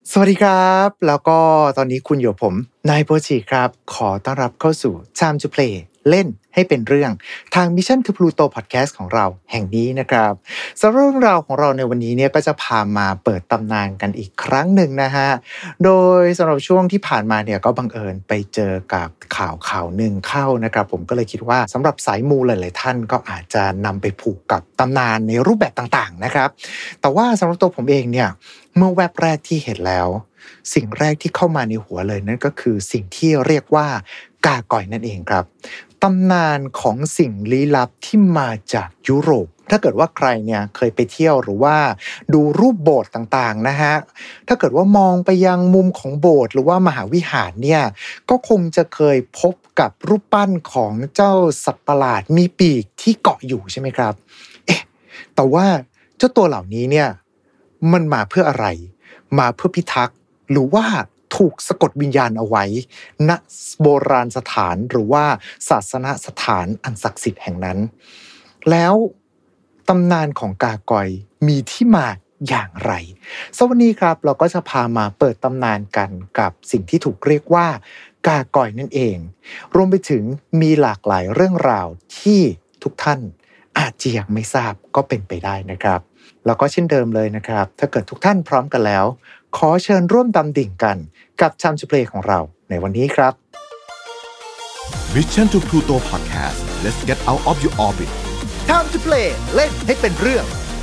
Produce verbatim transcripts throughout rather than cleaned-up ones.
สวัสดีครับแล้วก็ตอนนี้คุณอยู่กับผมนายโพจิครับขอต้อนรับเข้าสู่ Time to Play เล่นให้เป็นเรื่องทาง Mission to Pluto Podcast ของเราแห่งนี้นะครับสำหรับเรื่องราวของเราในวันนี้เนี่ยก็จะพามาเปิดตำนานกันอีกครั้งหนึ่งนะฮะโดยสำหรับช่วงที่ผ่านมาเนี่ยก็บังเอิญไปเจอกับข่าวข่าวหนึ่งเข้านะครับผมก็เลยคิดว่าสำหรับสายมูหลายๆท่านก็อาจจะนำไปผูกกับตำนานในรูปแบบต่างๆนะครับแต่ว่าสำหรับตัวผมเองเนี่ยเมื่อแวบแรกที่เห็นแล้วสิ่งแรกที่เข้ามาในหัวเลยนั่นก็คือสิ่งที่เรียกว่ากาก่อยนั่นเองครับตำนานของสิ่งลี้ลับที่มาจากยุโรปถ้าเกิดว่าใครเนี่ยเคยไปเที่ยวหรือว่าดูรูปโบสถ์ต่างๆนะฮะถ้าเกิดว่ามองไปยังมุมของโบสถ์หรือว่ามหาวิหารเนี่ยก็คงจะเคยพบกับรูปปั้นของเจ้าสัตว์ประหลาดมีปีกที่เกาะอยู่ใช่ไหมครับเอ๊ะแต่ว่าเจ้าตัวเหล่านี้เนี่ยมันมาเพื่ออะไรมาเพื่อพิทักษ์หรือว่าถูกสะกดวิญญาณเอาไว้ณโบราณสถานหรือว่าศาสนสถานอันศักดิ์สิทธิ์แห่งนั้นแล้วตำนานของกากอยมีที่มาอย่างไรสวันนี้ครับเราก็จะพามาเปิดตำนานกันกับสิ่งที่ถูกเรียกว่ากากอยนั่นเองรวมไปถึงมีหลากหลายเรื่องราวที่ทุกท่านอาจจะยังไม่ทราบก็เป็นไปได้นะครับแล้วก็เช่นเดิมเลยนะครับถ้าเกิดทุกท่านพร้อมกันแล้วขอเชิญร่วมดำดิ่งกันกับ Time to Play ของเราในวันนี้ครับ Mission to Pluto Podcast let's get out of your orbit Time to Play เล่นให้เป็นเรื่อง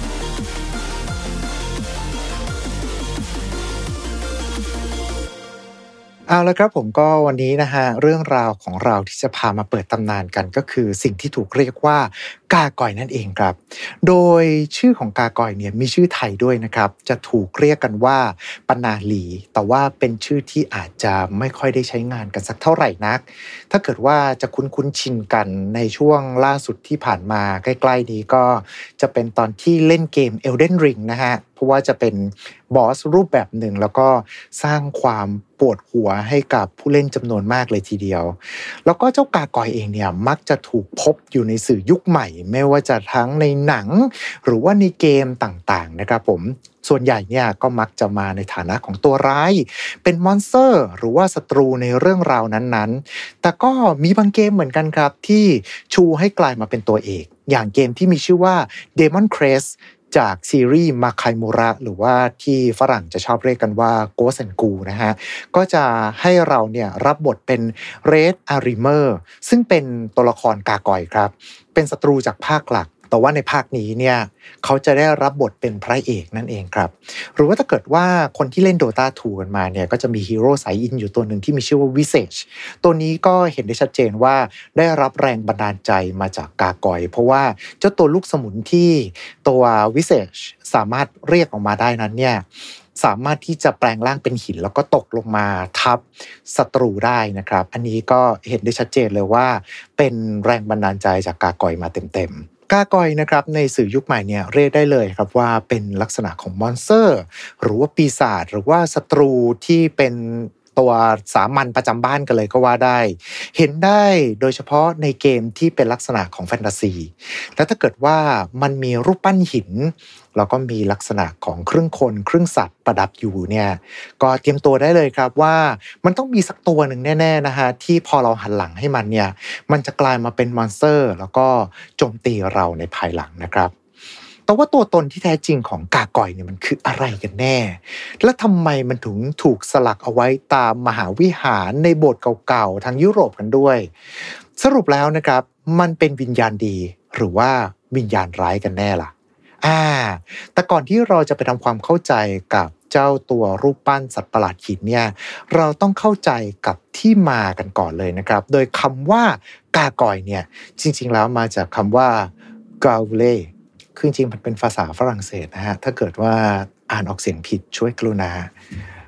เอาละครับผมก็วันนี้นะฮะเรื่องราวของเราที่จะพามาเปิดตำนานกันก็คือสิ่งที่ถูกเรียกว่ากากอยนั่นเองครับโดยชื่อของกากอยเนี่ยมีชื่อไทยด้วยนะครับจะถูกเรียกกันว่าปนาลีแต่ว่าเป็นชื่อที่อาจจะไม่ค่อยได้ใช้งานกันสักเท่าไหร่นักถ้าเกิดว่าจะคุ้นๆชินกันในช่วงล่าสุดที่ผ่านมาใกล้ๆนี้ก็จะเป็นตอนที่เล่นเกม Elden Ring นะฮะเพราะว่าจะเป็นบอสรูปแบบหนึ่งแล้วก็สร้างความปวดหัวให้กับผู้เล่นจำนวนมากเลยทีเดียวแล้วก็เจ้ากากอยเองเนี่ยมักจะถูกพบอยู่ในสื่อยุคใหม่ไม่ว่าจะทั้งในหนังหรือว่าในเกมต่างๆนะครับผมส่วนใหญ่เนี่ยก็มักจะมาในฐานะของตัวร้ายเป็นมอนสเตอร์หรือว่าศัตรูในเรื่องราวนั้นๆแต่ก็มีบางเกมเหมือนกันครับที่ชูให้กลายมาเป็นตัวเอกอย่างเกมที่มีชื่อว่า Demon Crestจากซีรีส์มาคายมูระหรือว่าที่ฝรั่งจะชอบเรียกกันว่า Ghost and Ghoul นะฮะก็จะให้เราเนี่ยรับบทเป็น Red Arimer ซึ่งเป็นตัวละครกากอยครับเป็นศัตรูจากภาคหลักแต่ว่าในภาคนี้เนี่ยเขาจะได้รับบทเป็นพระเอกนั่นเองครับหรือว่าถ้าเกิดว่าคนที่เล่น Dota ทูกันมาเนี่ยก็จะมีฮีโร่สายอินอยู่ตัวหนึ่งที่มีชื่อว่า Visage ตัวนี้ก็เห็นได้ชัดเจนว่าได้รับแรงบันดาลใจมาจากกากอยเพราะว่าเจ้าตัวลูกสมุนที่ตัว Visage สามารถเรียกออกมาได้นั้นเนี่ยสามารถที่จะแปลงร่างเป็นหินแล้วก็ตกลงมาทับศัตรูได้นะครับอันนี้ก็เห็นได้ชัดเจนเลยว่าเป็นแรงบันดาลใจจากกากอยมาเต็มๆกากอยนะครับในสื่อยุคใหม่เนี่ยเรียกได้เลยครับว่าเป็นลักษณะของมอนสเตอร์หรือว่าปีศาจหรือว่าศัตรูที่เป็นตัวสามัญประจำบ้านกันเลยก็ว่าได้เห็นได้โดยเฉพาะในเกมที่เป็นลักษณะของแฟนตาซีแล้วถ้าเกิดว่ามันมีรูปปั้นหินแล้วก็มีลักษณะของครึ่งคนครึ่งสัตว์ประดับอยู่เนี่ยก็เตรียมตัวได้เลยครับว่ามันต้องมีสักตัวหนึ่งแน่ๆนะฮะที่พอเราหันหลังให้มันเนี่ยมันจะกลายมาเป็นมอนสเตอร์แล้วก็โจมตีเราในภายหลังนะครับแต่ว่าตัวตนที่แท้จริงของกากอยเนี่ยมันคืออะไรกันแน่และทำไมมันถึงถูกสลักเอาไว้ตามมหาวิหารในโบสถ์เก่าๆทางยุโรปกันด้วยสรุปแล้วนะครับมันเป็นวิญญาณดีหรือว่าวิญญาณร้ายกันแน่ล่ะอ่าแต่ก่อนที่เราจะไปทำความเข้าใจกับเจ้าตัวรูปปั้นสัตว์ประหลาดหินเนี่ยเราต้องเข้าใจกับที่มากันก่อนเลยนะครับโดยคำว่ากากอยเนี่ยจริงๆแล้วมาจากคำว่า gauleคือจริงๆมันเป็นภาษาฝรั่งเศสนะฮะถ้าเกิดว่าอ่านออกเสียงผิดช่วยกรุณา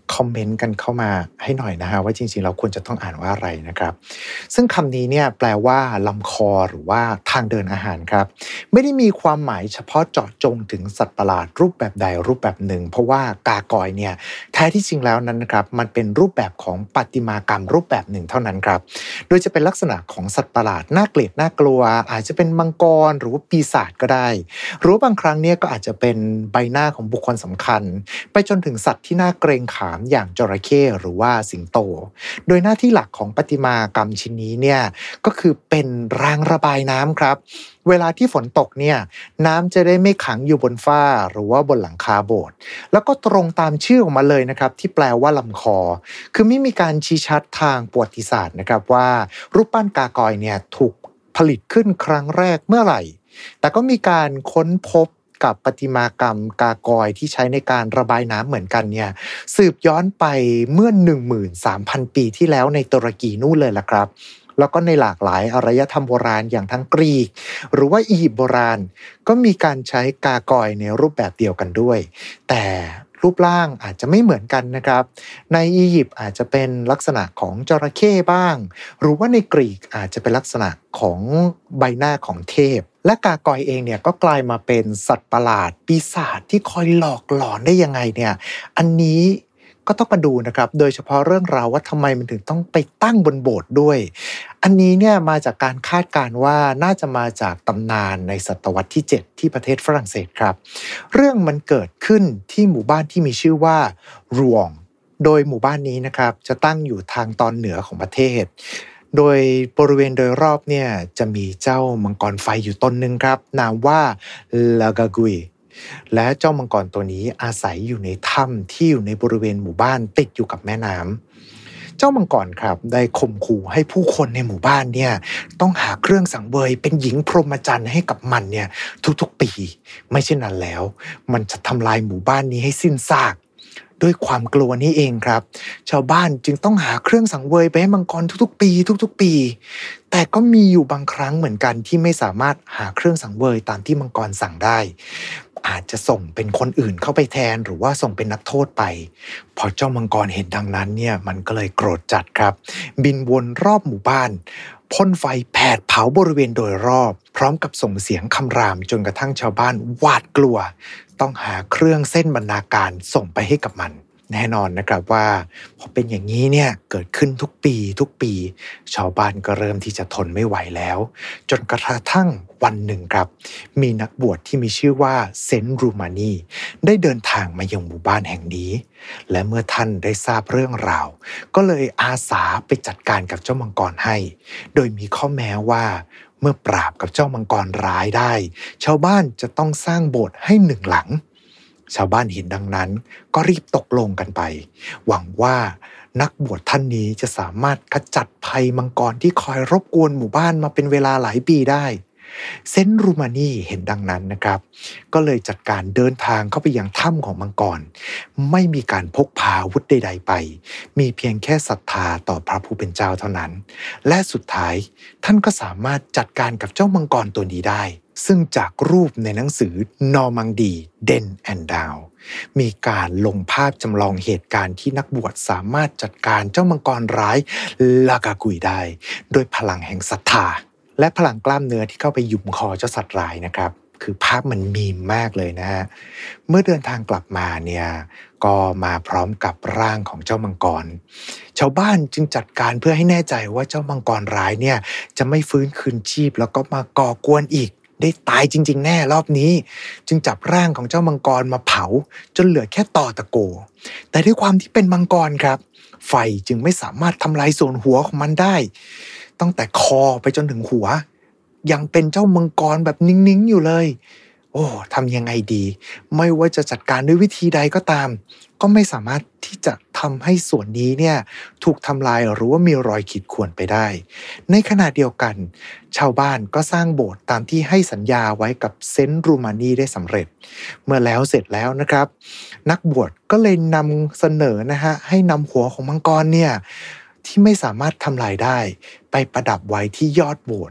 คอมเมนต์กันเข้ามาให้หน่อยนะฮะว่าจริงๆเราควรจะต้องอ่านว่าอะไรนะครับซึ่งคำนี้เนี่ยแปลว่าลำคอหรือว่าทางเดินอาหารครับไม่ได้มีความหมายเฉพาะเจาะจงถึงสัตว์ประหลาดรูปแบบใดรูปแบบหนึ่งเพราะว่ากากอยเนี่ยแท้ที่จริงแล้วนั้นนะครับมันเป็นรูปแบบของประติมากรรมรูปแบบหนึ่งเท่านั้นครับโดยจะเป็นลักษณะของสัตว์ประหลาดน่าเกลียดน่ากลัวอาจจะเป็นมังกรหรือว่าปีศาจก็ได้หรือว่าบางครั้งเนี่ยก็อาจจะเป็นใบหน้าของบุคคลสำคัญไปจนถึงสัตว์ที่น่าเกรงขามอย่างจระเข้หรือว่าสิงโตโดยหน้าที่หลักของประติมากรรมชิ้นนี้เนี่ยก็คือเป็นรางระบายน้ำครับเวลาที่ฝนตกเนี่ยน้ำจะได้ไม่ขังอยู่บนฝ้าหรือว่าบนหลังคาโบสถ์แล้วก็ตรงตามชื่อออกมาเลยนะครับที่แปลว่าลำคอคือไม่มีการชี้ชัดทางประวัติศาสตร์นะครับว่ารูปปั้นกากอยเนี่ยถูกผลิตขึ้นครั้งแรกเมื่อไหร่แต่ก็มีการค้นพบกับประติมากรรมกากอยที่ใช้ในการระบายน้ำเหมือนกันเนี่ยสืบย้อนไปเมื่อ หนึ่งหมื่นสามพัน ปีที่แล้วในตุรกีนู่นเลยล่ะครับแล้วก็ในหลากหลายอารยธรรมโบราณอย่างทั้งกรีกหรือว่าอียิปต์โบราณก็มีการใช้กากอยในรูปแบบเดียวกันด้วยแต่รูปร่างอาจจะไม่เหมือนกันนะครับในอียิปต์อาจจะเป็นลักษณะของจระเข้บ้างหรือว่าในกรีกอาจจะเป็นลักษณะของใบหน้าของเทพและกากอยเองเนี่ยก็กลายมาเป็นสัตว์ประหลาดปีศาจที่คอยหลอกหลอนได้ยังไงเนี่ยอันนี้ก็ต้องมาดูนะครับโดยเฉพาะเรื่องราวว่าทำไมมันถึงต้องไปตั้งบนโบสถ์ด้วยอันนี้เนี่ยมาจากการคาดการณ์ว่าน่าจะมาจากตำนานในศตวรรษที่เจ็ดที่ประเทศฝรั่งเศสครับเรื่องมันเกิดขึ้นที่หมู่บ้านที่มีชื่อว่ารวงโดยหมู่บ้านนี้นะครับจะตั้งอยู่ทางตอนเหนือของประเทศโดยบริเวณโดยรอบเนี่ยจะมีเจ้ามังกรไฟอยู่ตนหนึ่งครับนามว่าลากากุยและเจ้ามังกรตัวนี้อาศัยอยู่ในถ้ำที่อยู่ในบริเวณหมู่บ้านติดอยู่กับแม่น้ำเจ้ามังกรครับได้ข่มขู่ให้ผู้คนในหมู่บ้านเนี่ยต้องหาเครื่องสังเวยเป็นหญิงพรหมจรรย์ให้กับมันเนี่ยทุกๆปีไม่เช่นนั้นแล้วมันจะทำลายหมู่บ้านนี้ให้สิ้นซากด้วยความกลัวนี้เองครับชาวบ้านจึงต้องหาเครื่องสังเวยไปให้มังกรทุกๆปีทุกๆปีแต่ก็มีอยู่บางครั้งเหมือนกันที่ไม่สามารถหาเครื่องสังเวยตามที่มังกรสั่งได้อาจจะส่งเป็นคนอื่นเข้าไปแทนหรือว่าส่งเป็นนักโทษไปพอเจ้ามังกรเห็นดังนั้นเนี่ยมันก็เลยโกรธจัดครับบินวนรอบหมู่บ้านพ่นไฟแผดเผาบริเวณโดยรอบพร้อมกับส่งเสียงคำรามจนกระทั่งชาวบ้านหวาดกลัวต้องหาเครื่องเส้นบรรณาการส่งไปให้กับมันแน่นอนนะครับว่าพอเป็นอย่างนี้เนี่ยเกิดขึ้นทุกปีทุกปีชาวบ้านก็เริ่มที่จะทนไม่ไหวแล้วจนกระทั่งวันหนึ่งครับมีนักบวชที่มีชื่อว่าเซนต์รูมานีได้เดินทางมายังหมู่บ้านแห่งนี้และเมื่อท่านได้ทราบเรื่องราวก็เลยอาสาไปจัดการกับเจ้ามังกรให้โดยมีข้อแม้ว่าเมื่อปราบกับเจ้ามังกรร้ายได้ชาวบ้านจะต้องสร้างโบสถ์ให้หนึ่งหลังชาวบ้านเห็นดังนั้นก็รีบตกลงกันไปหวังว่านักบวชท่านนี้จะสามารถขจัดภัยมังกรที่คอยรบกวนหมู่บ้านมาเป็นเวลาหลายปีได้เซนต์รูมานีเห็นดังนั้นนะครับก็เลยจัดการเดินทางเข้าไปยังถ้ำของมังกรไม่มีการพกพาอาวุธใดๆไปมีเพียงแค่ศรัทธาต่อพระผู้เป็นเจ้าเท่านั้นและสุดท้ายท่านก็สามารถจัดการกับเจ้ามังกรตัวนี้ได้ซึ่งจากรูปในหนังสือนอร์มังดีเดนแอนด์ดาวมีการลงภาพจำลองเหตุการณ์ที่นักบวชสามารถจัดการเจ้ามังกรร้ายลากากุยได้ด้วยพลังแห่งศรัทธาและพลังกล้ามเนื้อที่เข้าไปยุมคอเจ้าสัตว์ร้ายนะครับคือภาพมันมีมากเลยนะฮะเมื่อเดินทางกลับมาเนี่ยก็มาพร้อมกับร่างของเจ้ามังกรชาวบ้านจึงจัดการเพื่อให้แน่ใจว่าเจ้ามังกรร้ายเนี่ยจะไม่ฟื้นคืนชีพแล้วก็มาก่อกวนอีกได้ตายจริงๆแน่รอบนี้จึงจับร่างของเจ้ามังกรมาเผาจนเหลือแค่ตอตะโกแต่ด้วยความที่เป็นมังกรครับไฟจึงไม่สามารถทำลายส่วนหัวของมันได้ตั้งแต่คอไปจนถึงหัวยังเป็นเจ้ามังกรแบบนิ่งๆอยู่เลยโอ้ทำยังไงดีไม่ว่าจะจัดการด้วยวิธีใดก็ตามก็ไม่สามารถที่จะทำให้ส่วนนี้เนี่ยถูกทำลายหรือว่ามีรอยขีดข่วนไปได้ในขณะเดียวกันชาวบ้านก็สร้างโบสถ์ตามที่ให้สัญญาไว้กับเซนต์รูมานีได้สำเร็จเมื่อแล้วเสร็จแล้วนะครับนักบวชก็เลยนำเสนอนะฮะให้นำหัวของมังกรเนี่ยที่ไม่สามารถทำลายได้ไปประดับไว้ที่ยอดโบสถ์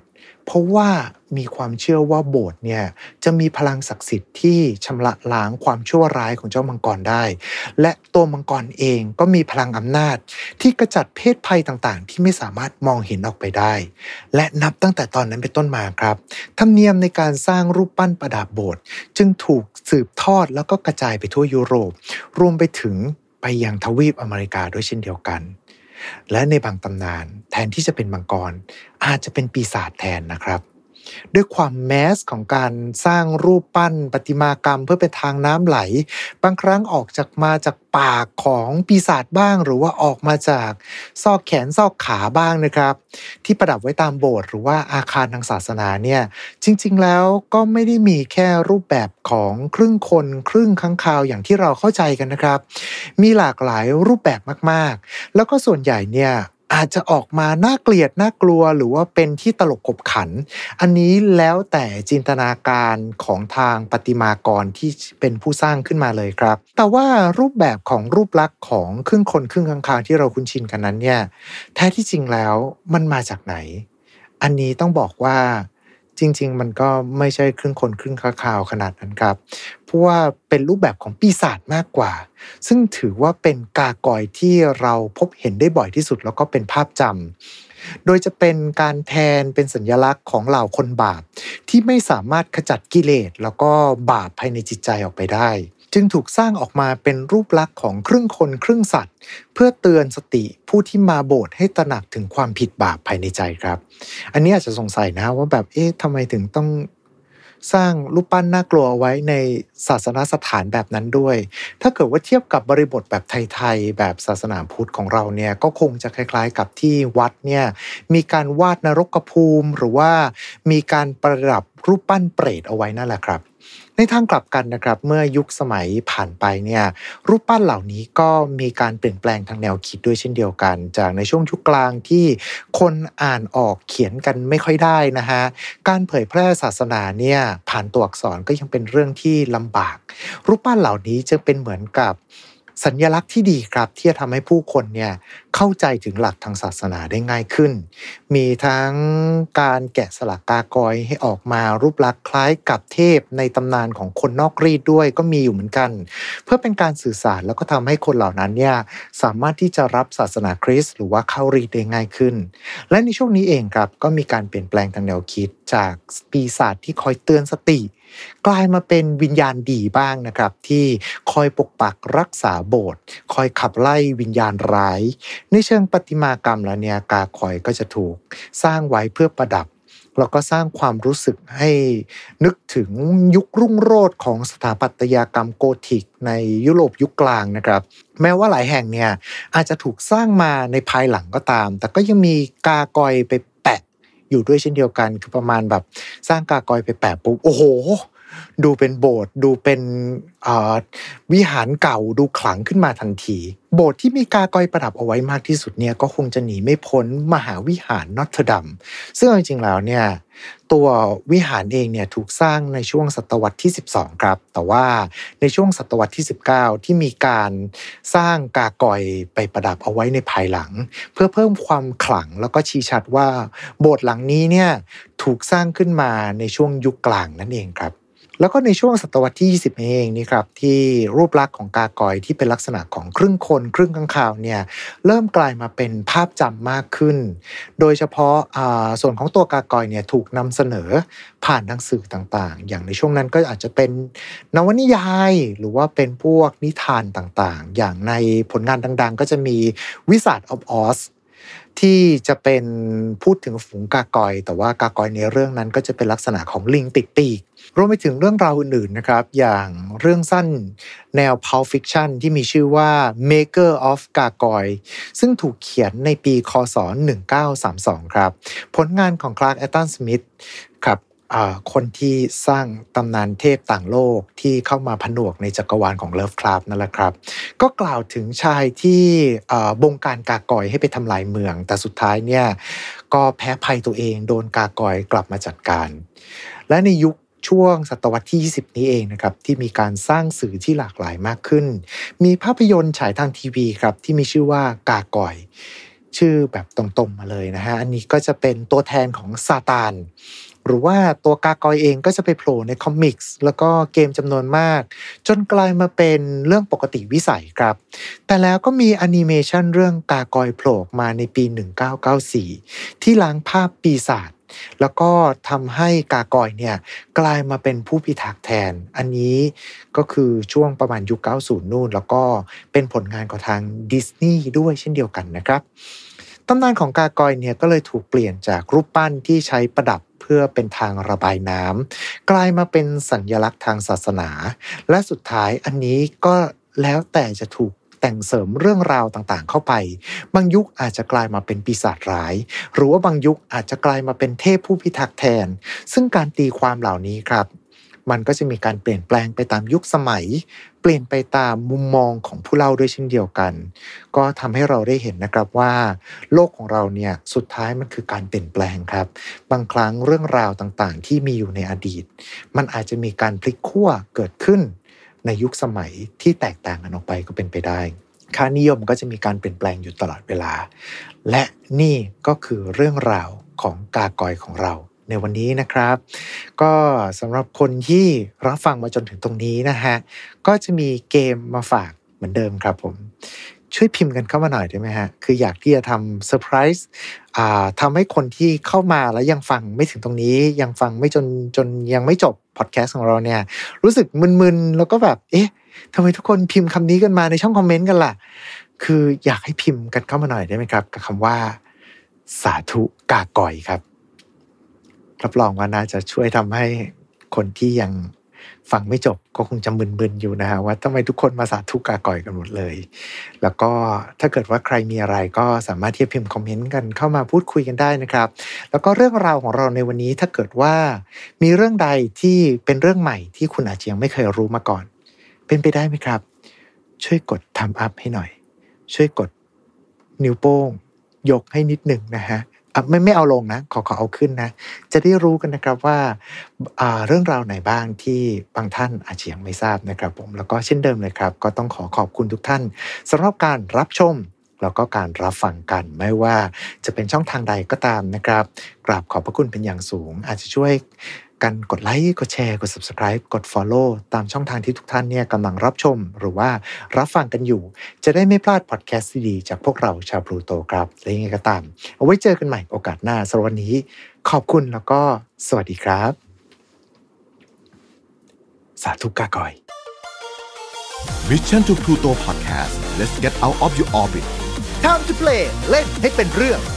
เพราะว่ามีความเชื่อว่าโบสถ์เนี่ยจะมีพลังศักดิ์สิทธิ์ที่ชำระล้างความชั่วร้ายของเจ้ามังกรได้และตัวมังกรเองก็มีพลังอำนาจที่กระจัดเพศภัยต่างๆที่ไม่สามารถมองเห็นออกไปได้และนับตั้งแต่ตอนนั้นเป็นต้นมาครับธรรมเนียมในการสร้างรูปปั้นประดับโบสถ์จึงถูกสืบทอดแล้วก็กระจายไปทั่วยุโรปรวมไปถึงไปยังทวีปอเมริกาด้วยเช่นเดียวกันและในบางตำนานแทนที่จะเป็นมังกรอาจจะเป็นปีศาจแทนนะครับด้วยความแมสของการสร้างรูปปั้นประติมากรรมเพื่อเป็นทางน้ำไหลบางครั้งออกจากมาจากปากของปีศาจบ้างหรือว่าออกมาจากซอกแขนซอกขาบ้างนะครับที่ประดับไว้ตามโบสถ์หรือว่าอาคารทางศาสนาเนี่ยจริงๆแล้วก็ไม่ได้มีแค่รูปแบบของครึ่งคนครึ่งค้างคาวอย่างที่เราเข้าใจกันนะครับมีหลากหลายรูปแบบมากๆแล้วก็ส่วนใหญ่เนี่ยอาจจะออกมาน่าเกลียดน่ากลัวหรือว่าเป็นที่ตลกขบขันอันนี้แล้วแต่จินตนาการของทางประติมากรที่เป็นผู้สร้างขึ้นมาเลยครับแต่ว่ารูปแบบของรูปลักษณ์ของครึ่งคนครึ่งค้างคาวที่เราคุ้นชินกันนั้นเนี่ยแท้ที่จริงแล้วมันมาจากไหนอันนี้ต้องบอกว่าจริงๆมันก็ไม่ใช่ครึ่งคนครึ่งค้างคาวขนาดนั้นครับเพราะว่าเป็นรูปแบบของปีศาจมากกว่าซึ่งถือว่าเป็นกากอยที่เราพบเห็นได้บ่อยที่สุดแล้วก็เป็นภาพจำโดยจะเป็นการแทนเป็นสัญลักษณ์ของเหล่าคนบาปที่ไม่สามารถขจัดกิเลสแล้วก็บาปภายในจิตใจออกไปได้จึงถูกสร้างออกมาเป็นรูปลักษณ์ของครึ่งคนครึ่งสัตว์เพื่อเตือนสติผู้ที่มาโบสถ์ให้ตระหนักถึงความผิดบาปภายในใจครับอันนี้อาจจะสงสัยนะว่าแบบเอ๊ะทำไมถึงต้องสร้างรูปปั้นน่ากลัวไว้ในศาสนสถานแบบนั้นด้วยถ้าเกิดว่าเทียบกับบริบทแบบไทยๆแบบศาสนาพุทธของเราเนี่ยก็คงจะคล้ายๆกับที่วัดเนี่ยมีการวาดนรกภูมิหรือว่ามีการประดับรูปปั้นเปรตเอาไว้นั่นแหละครับในทางกลับกันนะครับเมื่อยุคสมัยผ่านไปเนี่ยรูปปั้นเหล่านี้ก็มีการเปลี่ยนแปลงทางแนวคิดด้วยเช่นเดียวกันจากในช่วงยุคกลางที่คนอ่านออกเขียนกันไม่ค่อยได้นะฮะการเผยแพร่ศาสนาเนี่ยผ่านตัวอักษรก็ยังเป็นเรื่องที่ลำบากรูปปั้นเหล่านี้จึงเป็นเหมือนกับสัญลักษณ์ที่ดีครับที่จะทำให้ผู้คนเนี่ยเข้าใจถึงหลักทางศาสนาได้ง่ายขึ้นมีทั้งการแกะสลักกากอยให้ออกมารูปลักษณ์คล้ายกับเทพในตำนานของคนนอกรีดด้วยก็มีอยู่เหมือนกันเพื่อเป็นการสื่อสารแล้วก็ทำให้คนเหล่านั้นเนี่ยสามารถที่จะรับศาสนาคริสต์หรือว่าเข้ารีดได้ง่ายขึ้นและในช่วงนี้เองครับก็มีการเปลี่ยนแปลงทางแนวคิดจากปีศาจที่คอยเตือนสติกลายมาเป็นวิญญาณดีบ้างนะครับที่คอยปกปักรักษาโบสถ์คอยขับไล่วิญญาณร้ายในเชิงประติมากรรมแล้วเนี่ยกาคอยก็จะถูกสร้างไว้เพื่อประดับแล้วก็สร้างความรู้สึกให้นึกถึงยุครุ่งโรจน์ของสถาปัตยกรรมโกธิกในยุโรปยุคกลางนะครับแม้ว่าหลายแห่งเนี่ยอาจจะถูกสร้างมาในภายหลังก็ตามแต่ก็ยังมีกากอยไปแปะอยู่ด้วยเช่นเดียวกันคือประมาณแบบสร้างกากอยไปแปะปุ๊บโอ้โหดูเป็นโบสถ์ดูเป็นวิหารเก่าดูขลังขึ้นมาทันทีโบสถ์ที่มีกากอยประดับเอาไว้มากที่สุดเนี่ยก็คงจะหนีไม่พ้นมหาวิหารนอตเทอร์ดัมซึ่งจริงๆแล้วเนี่ยตัววิหารเองเนี่ยถูกสร้างในช่วงศตวรรษที่สิบสองครับแต่ว่าในช่วงศตวรรษที่สิบเก้าที่มีการสร้างกากอยไปประดับเอาไว้ในภายหลังเพื่อเพิ่มความขลังแล้วก็ชี้ชัดว่าโบสถ์หลังนี้เนี่ยถูกสร้างขึ้นมาในช่วงยุคกลางนั่นเองครับแล้วก็ในช่วงศตวรรษที่ยี่สิบเองนี่ครับที่รูปลักษณ์ของกากอยที่เป็นลักษณะของครึ่งคนครึ่งค้างคาวเนี่ยเริ่มกลายมาเป็นภาพจำมากขึ้นโดยเฉพาะส่วนของตัวกากอยเนี่ยถูกนำเสนอผ่านหนังสือต่างๆอย่างในช่วงนั้นก็อาจจะเป็นนวนิยายหรือว่าเป็นพวกนิทานต่างๆอย่างในผลงานดังๆก็จะมีวิสาทออฟออสที่จะเป็นพูดถึงฝูงกากอยแต่ว่ากากอยในเรื่องนั้นก็จะเป็นลักษณะของลิงติดปีกรวมไปถึงเรื่องราวอื่นๆนะครับอย่างเรื่องสั้นแนว Pulp Fiction ที่มีชื่อว่า Maker of Gargoyle ซึ่งถูกเขียนในปีค.ศ. หนึ่งพันเก้าร้อยสามสิบสองครับผลงานของ Clark Ashton Smith ครับคนที่สร้างตำนานเทพต่างโลกที่เข้ามาผนวกในจักรวาลของ Lovecraft นั่นแหละครับก็กล่าวถึงชายที่บงการกากอยให้ไปทำลายเมืองแต่สุดท้ายเนี่ยก็แพ้ภัยตัวเองโดนกากอยกลับมาจัดการและในยุคช่วงศตวรรษที่ยี่สิบนี้เองนะครับที่มีการสร้างสื่อที่หลากหลายมากขึ้นมีภาพยนตร์ฉายทางทีวีครับที่มีชื่อว่ากากอยชื่อแบบตรงๆมาเลยนะฮะอันนี้ก็จะเป็นตัวแทนของซาตานหรือว่าตัวกากอยเองก็จะไปโผล่ในคอมิกส์แล้วก็เกมจำนวนมากจนกลายมาเป็นเรื่องปกติวิสัยครับแต่แล้วก็มีแอนิเมชันเรื่องกากอยโผล่มาในปีหนึ่งพันเก้าร้อยเก้าสิบสี่ที่ล้างภาพปีศาจแล้วก็ทำให้กากอยเนี่ยกลายมาเป็นผู้พิทักษ์แทนอันนี้ก็คือช่วงประมาณยุคเก้าสิบนู่นแล้วก็เป็นผลงานของทางดิสนีย์ด้วยเช่นเดียวกันนะครับตำนานของกากอยเนี่ยก็เลยถูกเปลี่ยนจากรูปปั้นที่ใช้ประดับเพื่อเป็นทางระบายน้ำกลายมาเป็นสัญลักษณ์ทางศาสนาและสุดท้ายอันนี้ก็แล้วแต่จะถูกแต่งเสริมเรื่องราวต่างๆเข้าไปบางยุคอาจจะกลายมาเป็นปีศาจร้ายหรือว่าบางยุคอาจจะกลายมาเป็นเทพผู้พิทักษ์แทนซึ่งการตีความเหล่านี้ครับมันก็จะมีการเปลี่ยนแปลงไปตามยุคสมัยเปลี่ยนไปตามมุมมองของผู้เล่าด้วยเช่นเดียวกันก็ทำให้เราได้เห็นนะครับว่าโลกของเราเนี่ยสุดท้ายมันคือการเปลี่ยนแปลงครับบางครั้งเรื่องราวต่างๆที่มีอยู่ในอดีตมันอาจจะมีการพลิกขั้วเกิดขึ้นในยุคสมัยที่แตกต่างกันออกไปก็เป็นไปได้ค่านิยมก็จะมีการเปลี่ยนแปลงอยู่ตลอดเวลาและนี่ก็คือเรื่องราวของกากอยของเราในวันนี้นะครับก็สำหรับคนที่รับฟังมาจนถึงตรงนี้นะฮะก็จะมีเกมมาฝากเหมือนเดิมครับผมช่วยพิมพ์กันเข้ามาหน่อยได้ไหมฮะคืออยากที่จะทำเซอร์ไพรส์อ่าทำให้คนที่เข้ามาแล้วยังฟังไม่ถึงตรงนี้ยังฟังไม่จนจนยังไม่จบพอดแคสต์ของเราเนี่ยรู้สึกมึนๆแล้วก็แบบเอ๊ะทำไมทุกคนพิมพ์คำนี้กันมาในช่องคอมเมนต์กันล่ะคืออยากให้พิมพ์กันเข้ามาหน่อยได้ไหมครับกับคำว่าสาธุกากอยครับรับรองว่าน่าจะช่วยทำให้คนที่ยังฟังไม่จบก็คงจะมึนๆอยู่นะฮะว่าทำไมทุกคนมาสาธุกากอยกันหมดเลยแล้วก็ถ้าเกิดว่าใครมีอะไรก็สามารถที่จะพิมพ์คอมเมนต์กันเข้ามาพูดคุยกันได้นะครับแล้วก็เรื่องราวของเราในวันนี้ถ้าเกิดว่ามีเรื่องใดที่เป็นเรื่องใหม่ที่คุณอาจจะยังไม่เคยรู้มาก่อนเป็นไปได้ไหมครับช่วยกดทำอัพให้หน่อยช่วยกดนิ้วโป้งยกให้นิดหนึ่งนะฮะไม่ไม่เอาลงนะขอขอเอาขึ้นนะจะได้รู้กันนะครับว่าเรื่องราวไหนบ้างที่บางท่านอาจจะยังไม่ทราบนะครับผมแล้วก็เช่นเดิมเลยครับก็ต้องขอขอบคุณทุกท่านสำหรับการรับชมแล้วก็การรับฟังกันไม่ว่าจะเป็นช่องทางใดก็ตามนะครับกราบขอบพระคุณเป็นอย่างสูงอาจจะช่วยกันกดไลค์กดแชร์กด Subscribe กด Follow ตามช่องทางที่ทุกท่านเนี่ยกำลังรับชมหรือว่ารับฟังกันอยู่จะได้ไม่พลาดพอดแคสต์ดีๆจากพวกเราชาวพลูโตครับและยังไงก็ตามเอาไว้เจอกันใหม่โอกาสหน้าสำหรับวันนี้ขอบคุณแล้วก็สวัสดีครับสาธุกากอย Mission to Pluto Podcast Let's get out of your orbit Time to play เล่นให้เป็นเรื่อง